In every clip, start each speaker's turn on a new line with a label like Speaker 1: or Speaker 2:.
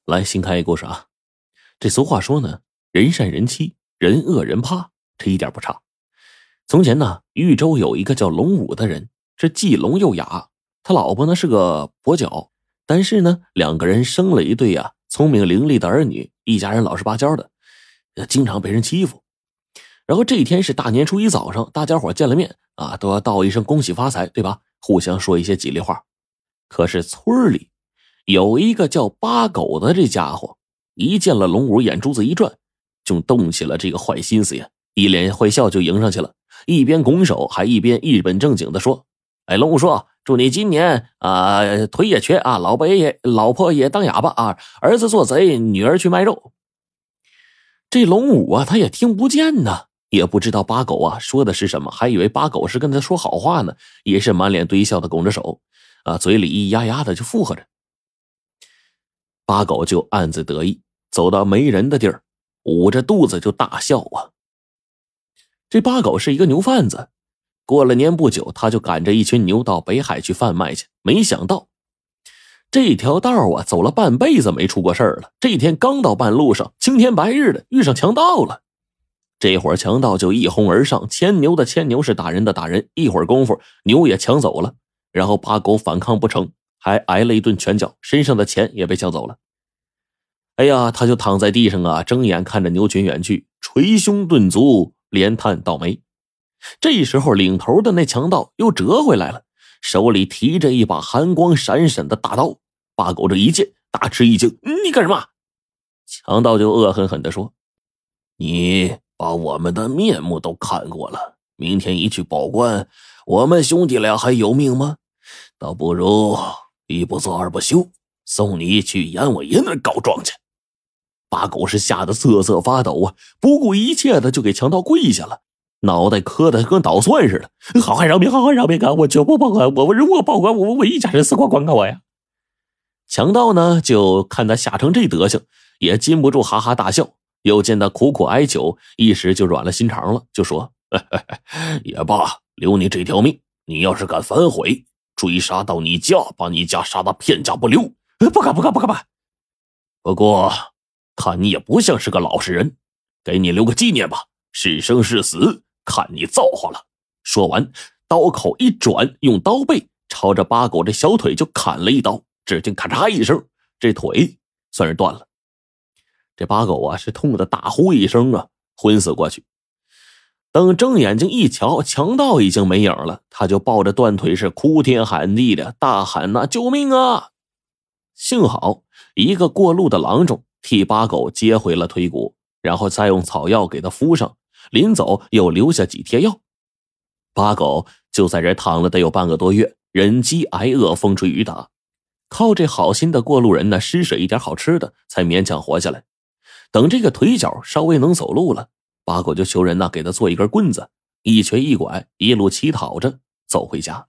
Speaker 1: 来，新开一故事啊。这俗话说呢，人善人欺，人恶人怕，这一点不差。从前呢，豫州有一个叫龙武的人，这既聋又哑，他老婆呢是个跛脚，但是呢，两个人生了一对聪明伶俐的儿女，一家人老实巴交的，经常被人欺负。然后这一天是大年初一早上，大家伙见了面都要道一声恭喜发财，对吧？互相说一些吉利话。可是村里有一个叫八狗的这家伙，一见了龙武，眼珠子一转，就动起了这个坏心思呀，一脸坏笑就迎上去了，一边拱手还一边一本正经的说：龙武说，祝你今年腿也瘸老婆也当哑巴儿子做贼，女儿去卖肉。这龙武他也听不见呢，也不知道八狗说的是什么，还以为八狗是跟他说好话呢，也是满脸堆笑的拱着手嘴里咿呀呀的就附和着。八狗就暗自得意，走到没人的地儿，捂着肚子就大笑这八狗是一个牛贩子，过了年不久，他就赶着一群牛到北海去贩卖去。没想到这条道走了半辈子没出过事儿了，这天刚到半路上，青天白日的遇上强盗了。这会儿强盗就一哄而上，牵牛的牵牛，是打人的打人，一会儿功夫牛也抢走了，然后八狗反抗不成，还挨了一顿拳脚，身上的钱也被抢走了。他就躺在地上睁眼看着牛群远去，捶胸顿足，连叹倒霉。这时候领头的那强盗又折回来了，手里提着一把寒光闪闪的大刀。八狗这一见大吃一惊，你干什么？强盗就恶狠狠地说，你把我们的面目都看过了，明天一去报官，我们兄弟俩还有命吗？倒不如一不做二不休，送你去阎王爷那告状去。八狗是吓得瑟瑟发抖不顾一切的就给强盗跪下了，脑袋磕得跟捣蒜似的。好汉饶命，好汉饶命我绝不报官，我如果报官，我一家人死光光我呀！强盗呢就看他吓成这德行，也禁不住哈哈大笑，又见他苦苦哀求，一时就软了心肠了，就说也罢，留你这条命，你要是敢反悔，追杀到你家，把你家杀得片甲不留。不敢不过看你也不像是个老实人，给你留个纪念吧，是生是死看你造化了。说完刀口一转，用刀背朝着八狗这小腿就砍了一刀，只听咔嚓一声，这腿算是断了。这八狗是痛得大呼一声昏死过去。等睁眼睛一瞧，强盗已经没影了，他就抱着断腿是哭天喊地的大喊救命啊！幸好一个过路的郎中替八狗接回了腿骨，然后再用草药给他敷上，临走又留下几贴药。八狗就在这躺了得有半个多月，忍饥挨饿，风吹雨打，靠这好心的过路人呢施舍一点好吃的，才勉强活下来。等这个腿脚稍微能走路了，八狗就求人给他做一根棍子，一瘸一拐一路乞讨着走回家。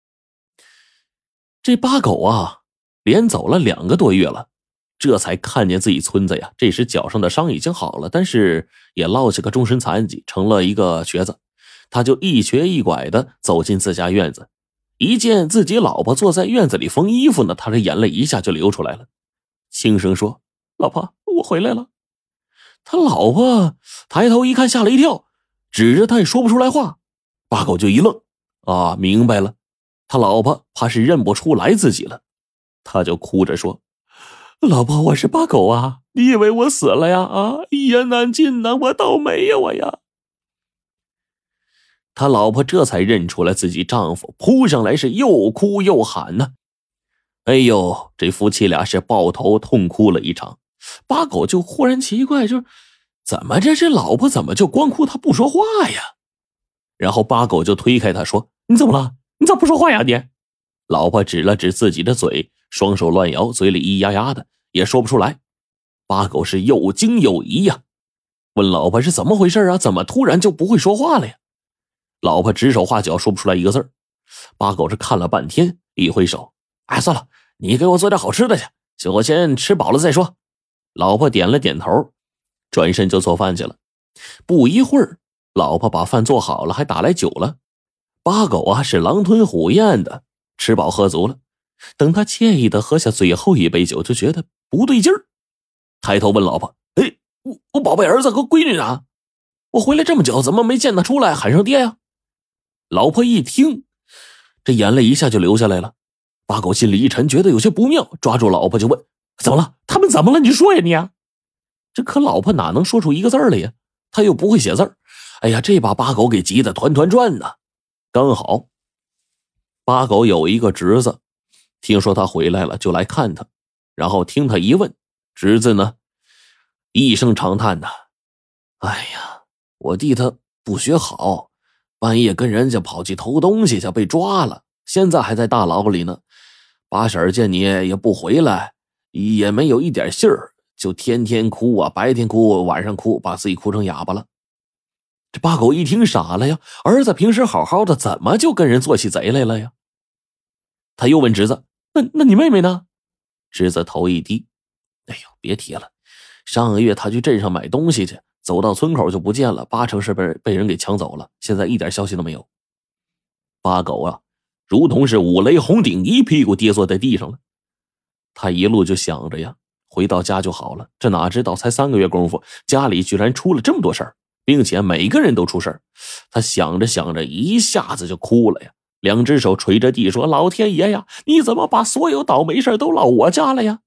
Speaker 1: 这八狗连走了2个多月了，这才看见自己村子这时脚上的伤已经好了，但是也落下个终身残疾，成了一个瘸子。他就一瘸一拐的走进自家院子，一见自己老婆坐在院子里缝衣服呢，他的眼泪一下就流出来了，轻声说，老婆，我回来了。他老婆抬头一看，吓了一跳，指着他也说不出来话。八狗就一愣明白了，他老婆怕是认不出来自己了，他就哭着说，老婆，我是八狗你以为我死了呀一言难尽我倒没有呀。他老婆这才认出来自己丈夫，扑上来是又哭又喊呢。这夫妻俩是抱头痛哭了一场。八狗就忽然奇怪，就是怎么这老婆怎么就光哭他不说话呀？然后八狗就推开他说，你怎么了？你咋不说话呀你？老婆指了指自己的嘴，双手乱摇，嘴里咿呀呀的也说不出来。八狗是又惊又疑问老婆是怎么回事怎么突然就不会说话了呀？老婆指手画脚说不出来一个字儿。八狗是看了半天，一挥手，算了，你给我做点好吃的去，我先吃饱了再说。老婆点了点头，转身就做饭去了。不一会儿，老婆把饭做好了，还打来酒了。八狗是狼吞虎咽的吃饱喝足了。等他惬意的喝下最后一杯酒，就觉得不对劲儿， 抬头问老婆：“哎，我宝贝儿子和闺女呢？我回来这么久，怎么没见他出来喊声爹呀？”老婆一听，这眼泪一下就流下来了。八狗心里一沉，觉得有些不妙，抓住老婆就问：“怎么了？他们怎么了？你说呀你啊！”这可老婆哪能说出一个字来呀？他又不会写字。哎呀，这把八狗给急得团团转呢。刚好八狗有一个侄子，听说他回来了，就来看他，然后听他一问，侄子呢一声长叹呐：“哎呀，我弟他不学好，半夜跟人家跑去偷东西去，被抓了，现在还在大牢里呢。八婶见你也不回来，也没有一点信儿，就天天哭啊，白天哭，晚上哭，把自己哭成哑巴了。”这八狗一听傻了呀，儿子平时好好的，怎么就跟人做起贼来了呀？他又问侄子：“那你妹妹呢？”侄子头一低：“哎呦，别提了，上个月他去镇上买东西去，走到村口就不见了，80%是被人给抢走了，现在一点消息都没有。”八狗啊，如同是五雷轰顶，一屁股跌坐在地上了。他一路就想着呀，回到家就好了，这哪知道才3个月功夫，家里居然出了这么多事儿，并且每个人都出事儿。他想着想着，一下子就哭了呀，两只手捶着地说：“老天爷呀，你怎么把所有倒霉事都落我家了呀？